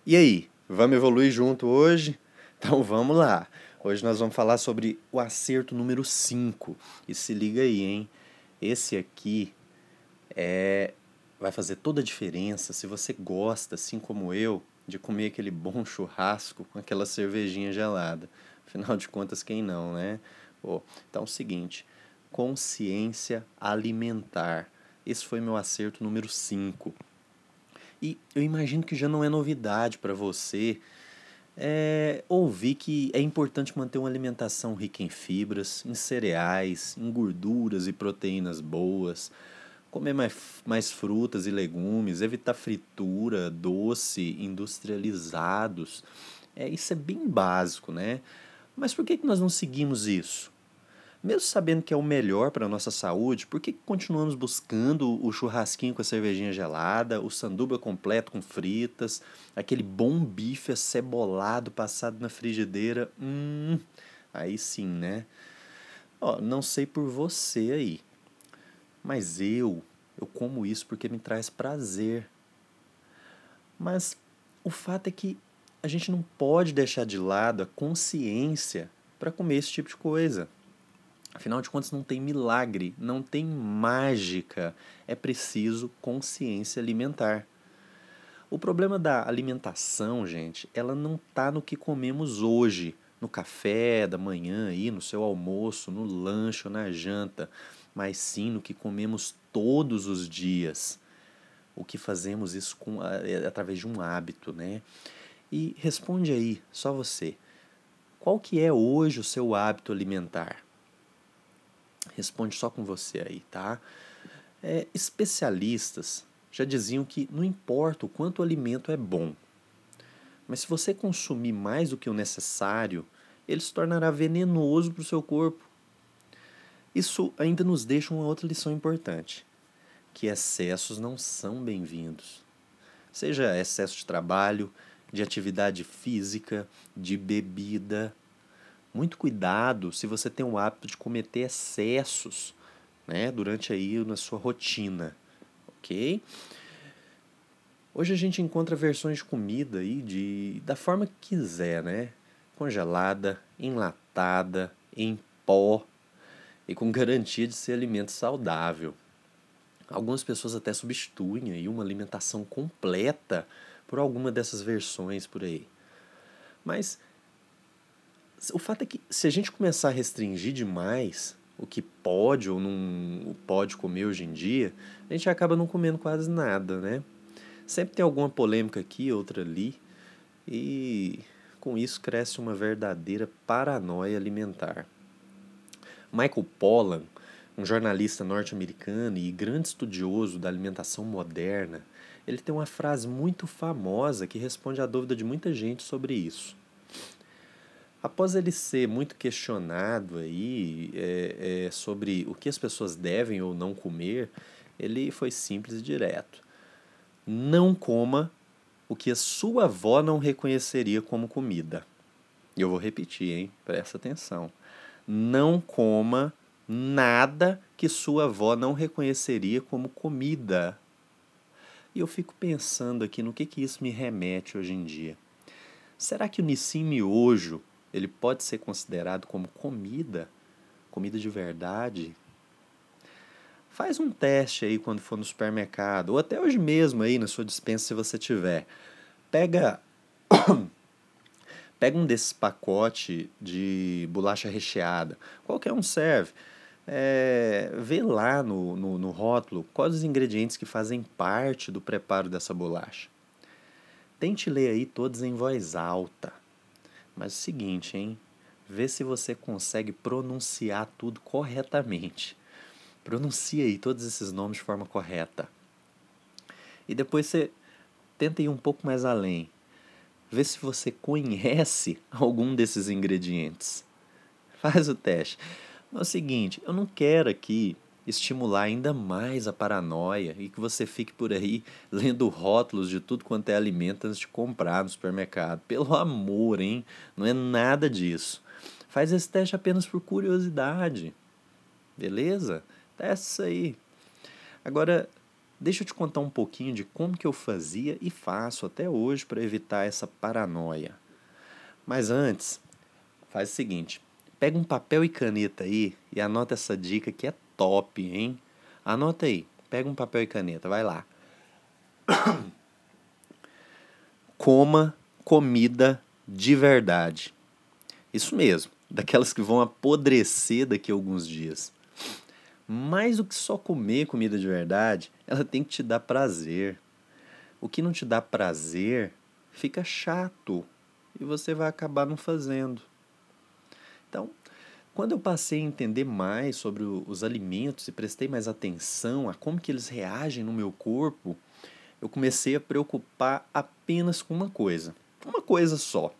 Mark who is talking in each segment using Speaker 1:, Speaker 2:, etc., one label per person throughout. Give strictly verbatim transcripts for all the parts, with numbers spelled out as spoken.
Speaker 1: E aí, vamos evoluir junto hoje? Então vamos lá. Hoje nós vamos falar sobre o acerto número cinco. E se liga aí, hein? Esse aqui é vai fazer toda a diferença se você gosta, assim como eu, de comer aquele bom churrasco com aquela cervejinha gelada. Afinal de contas, quem não, né? Pô, então é o seguinte, consciência alimentar. Esse foi meu acerto número cinco. E eu imagino que já não é novidade para você é, ouvir que é importante manter uma alimentação rica em fibras, em cereais, em gorduras e proteínas boas, comer mais, mais frutas e legumes, evitar fritura, doce, industrializados. É, isso é bem básico, né? Mas por que que nós não seguimos isso? Mesmo sabendo que é o melhor para a nossa saúde, por que que continuamos buscando o churrasquinho com a cervejinha gelada, o sanduba completo com fritas, aquele bom bife acebolado passado na frigideira? Hum, aí sim, né? Ó, não sei por você aí, mas eu, eu como isso porque me traz prazer. Mas o fato é que a gente não pode deixar de lado a consciência para comer esse tipo de coisa. Afinal de contas, não tem milagre, não tem mágica. É preciso consciência alimentar. O problema da alimentação, gente, ela não está no que comemos hoje, no café da manhã, aí, no seu almoço, no lanche ou na janta, mas sim no que comemos todos os dias. O que fazemos isso com, é, através de um hábito, né? E responde aí, só você. Qual que é hoje o seu hábito alimentar? Responde só com você aí, tá? É, especialistas já diziam que não importa o quanto o alimento é bom, mas se você consumir mais do que o necessário, ele se tornará venenoso para o seu corpo. Isso ainda nos deixa uma outra lição importante, que excessos não são bem-vindos. Seja excesso de trabalho, de atividade física, de bebida. Muito cuidado se você tem o hábito de cometer excessos, né, durante aí na sua rotina, ok? Hoje a gente encontra versões de comida aí de, da forma que quiser, né? Congelada, enlatada, em pó e com garantia de ser alimento saudável. Algumas pessoas até substituem aí uma alimentação completa por alguma dessas versões por aí. Mas o fato é que se a gente começar a restringir demais o que pode ou não pode comer hoje em dia, a gente acaba não comendo quase nada, né? Sempre tem alguma polêmica aqui, outra ali, e com isso cresce uma verdadeira paranoia alimentar. Michael Pollan, um jornalista norte-americano e grande estudioso da alimentação moderna, ele tem uma frase muito famosa que responde à dúvida de muita gente sobre isso. Após ele ser muito questionado aí, é, é, sobre o que as pessoas devem ou não comer, ele foi simples e direto. Não coma o que a sua avó não reconheceria como comida. E eu vou repetir, hein? Presta atenção. Não coma nada que sua avó não reconheceria como comida. E eu fico pensando aqui no que, que isso me remete hoje em dia. Será que o Nissin miojo ele pode ser considerado como comida? Comida de verdade? Faz um teste aí quando for no supermercado, ou até hoje mesmo aí na sua despensa se você tiver. Pega, pega um desses pacotes de bolacha recheada, qualquer um serve. É, vê lá no, no, no rótulo quais os ingredientes que fazem parte do preparo dessa bolacha. Tente ler aí todos em voz alta. Mas é o seguinte, hein? Vê se você consegue pronunciar tudo corretamente. Pronuncia aí todos esses nomes de forma correta. E depois você tenta ir um pouco mais além. Vê se você conhece algum desses ingredientes. Faz o teste. É o seguinte, eu não quero aqui estimular ainda mais a paranoia e que você fique por aí lendo rótulos de tudo quanto é alimento antes de comprar no supermercado. Pelo amor, hein? Não é nada disso. Faz esse teste apenas por curiosidade. Beleza? Testa isso aí. Agora, Deixa eu te contar um pouquinho de como que eu fazia e faço até hoje para evitar essa paranoia. Mas antes, faz o seguinte, pega um papel e caneta aí e anota essa dica que é top, hein? Anota aí, pega um papel e caneta, vai lá. Coma comida de verdade. Isso mesmo, daquelas que vão apodrecer daqui a alguns dias. Mais do que só comer comida de verdade, ela tem que te dar prazer. O que não te dá prazer fica chato e você vai acabar não fazendo. Então, quando eu passei a entender mais sobre os alimentos e prestei mais atenção a como que eles reagem no meu corpo, eu comecei a preocupar apenas com uma coisa. Uma coisa só.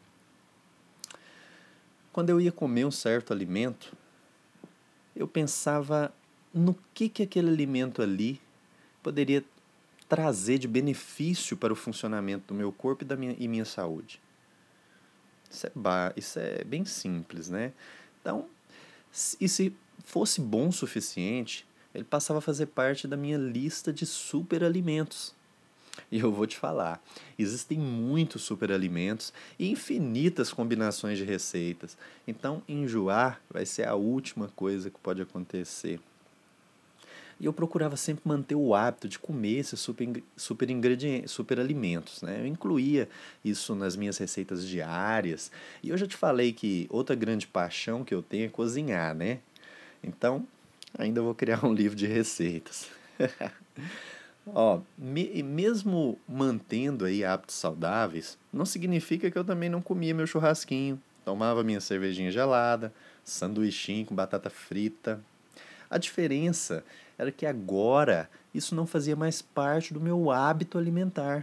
Speaker 1: Quando eu ia comer um certo alimento, eu pensava no que, que aquele alimento ali poderia trazer de benefício para o funcionamento do meu corpo e da minha, e minha saúde. Isso é, ba- isso é bem simples, né? Então, e se fosse bom o suficiente, ele passava a fazer parte da minha lista de superalimentos. E eu vou te falar, existem muitos superalimentos e infinitas combinações de receitas. Então, enjoar vai ser a última coisa que pode acontecer. E eu procurava sempre manter o hábito de comer esses super, super ingredientes, super alimentos, né? Eu incluía isso nas minhas receitas diárias. E eu já te falei que outra grande paixão que eu tenho é cozinhar, né? Então, ainda vou criar um livro de receitas. Ó, me, mesmo mantendo aí hábitos saudáveis, não significa que eu também não comia meu churrasquinho, tomava minha cervejinha gelada, sanduichinho com batata frita. A diferença era que agora isso não fazia mais parte do meu hábito alimentar.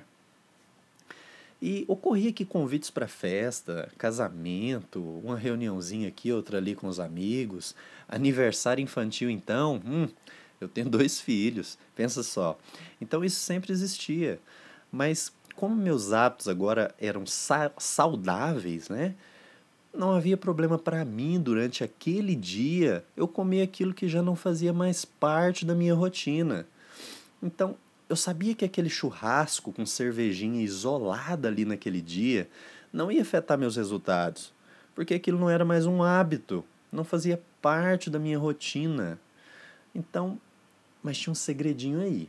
Speaker 1: E ocorria que convites para festa, casamento, uma reuniãozinha aqui, outra ali com os amigos, aniversário infantil então, hum, eu tenho dois filhos, pensa só. Então isso sempre existia. Mas como meus hábitos agora eram sa saudáveis, né? Não havia problema para mim durante aquele dia eu comer aquilo que já não fazia mais parte da minha rotina. Então, eu sabia que aquele churrasco com cervejinha isolada ali naquele dia não ia afetar meus resultados, porque aquilo não era mais um hábito, não fazia parte da minha rotina. Então, mas tinha um segredinho aí.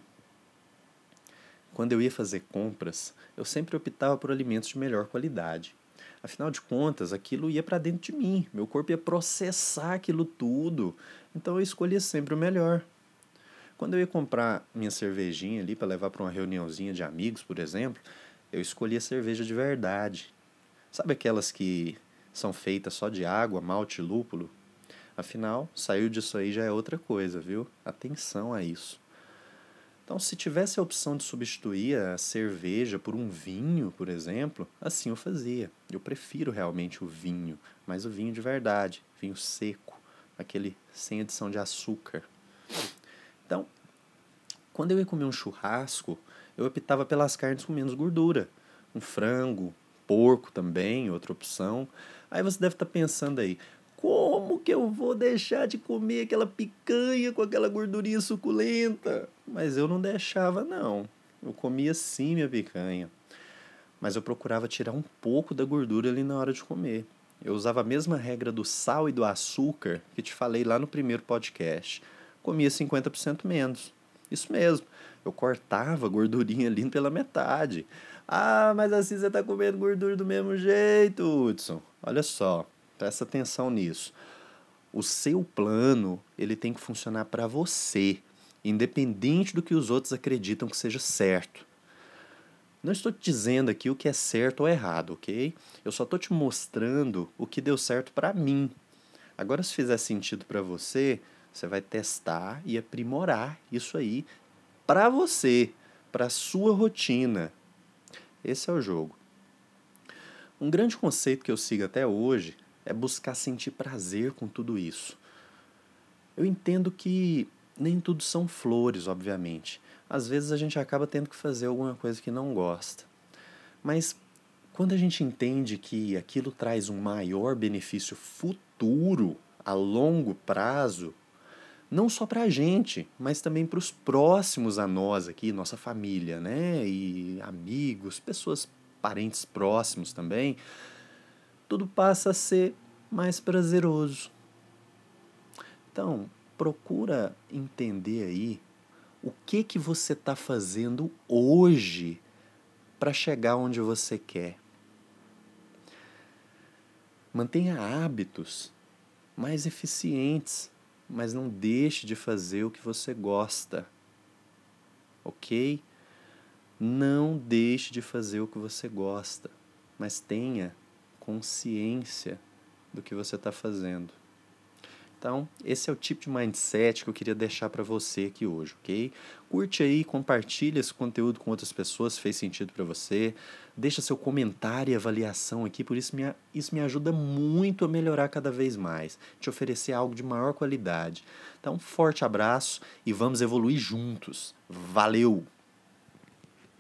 Speaker 1: Quando eu ia fazer compras, eu sempre optava por alimentos de melhor qualidade. Afinal de contas, aquilo ia para dentro de mim, meu corpo ia processar aquilo tudo, então eu escolhia sempre o melhor. Quando eu ia comprar minha cervejinha ali para levar para uma reuniãozinha de amigos, por exemplo, eu escolhia cerveja de verdade. Sabe aquelas que são feitas só de água, malte e lúpulo? Afinal, saiu disso aí já é outra coisa, viu? Atenção a isso. Então, se tivesse a opção de substituir a cerveja por um vinho, por exemplo, assim eu fazia. Eu prefiro realmente o vinho, mas o vinho de verdade, vinho seco, aquele sem adição de açúcar. Então, quando eu ia comer um churrasco, eu optava pelas carnes com menos gordura. Um frango, porco também, outra opção. Aí você deve estar pensando aí, como que eu vou deixar de comer aquela picanha com aquela gordurinha suculenta? Mas eu não deixava, não. Eu comia sim minha picanha. Mas eu procurava tirar um pouco da gordura ali na hora de comer. Eu usava a mesma regra do sal e do açúcar que te falei lá no primeiro podcast. Comia cinquenta por cento menos. Isso mesmo. Eu cortava a gordurinha ali pela metade. Ah, mas assim você está comendo gordura do mesmo jeito, Hudson. Olha só, presta atenção nisso. O seu plano, ele tem que funcionar para você, independente do que os outros acreditam que seja certo. Não estou te dizendo aqui o que é certo ou errado, ok? Eu só estou te mostrando o que deu certo para mim. Agora, se fizer sentido para você, você vai testar e aprimorar isso aí para você, para a sua rotina. Esse é o jogo. Um grande conceito que eu sigo até hoje é buscar sentir prazer com tudo isso. Eu entendo que nem tudo são flores, obviamente. Às vezes a gente acaba tendo que fazer alguma coisa que não gosta. Mas quando a gente entende que aquilo traz um maior benefício futuro, a longo prazo, não só para a gente, mas também para os próximos a nós aqui, nossa família, né? E amigos, pessoas, parentes próximos também, tudo passa a ser mais prazeroso. Então, procura entender aí o que que você está fazendo hoje para chegar onde você quer. Mantenha hábitos mais eficientes, mas não deixe de fazer o que você gosta, ok? Não deixe de fazer o que você gosta, mas tenha consciência do que você está fazendo. Então, esse é o tipo de mindset que eu queria deixar para você aqui hoje, ok? Curte aí, compartilha esse conteúdo com outras pessoas se fez sentido para você. Deixa seu comentário e avaliação aqui, por isso me, isso me ajuda muito a melhorar cada vez mais, te oferecer algo de maior qualidade. Então, um forte abraço e vamos evoluir juntos. Valeu!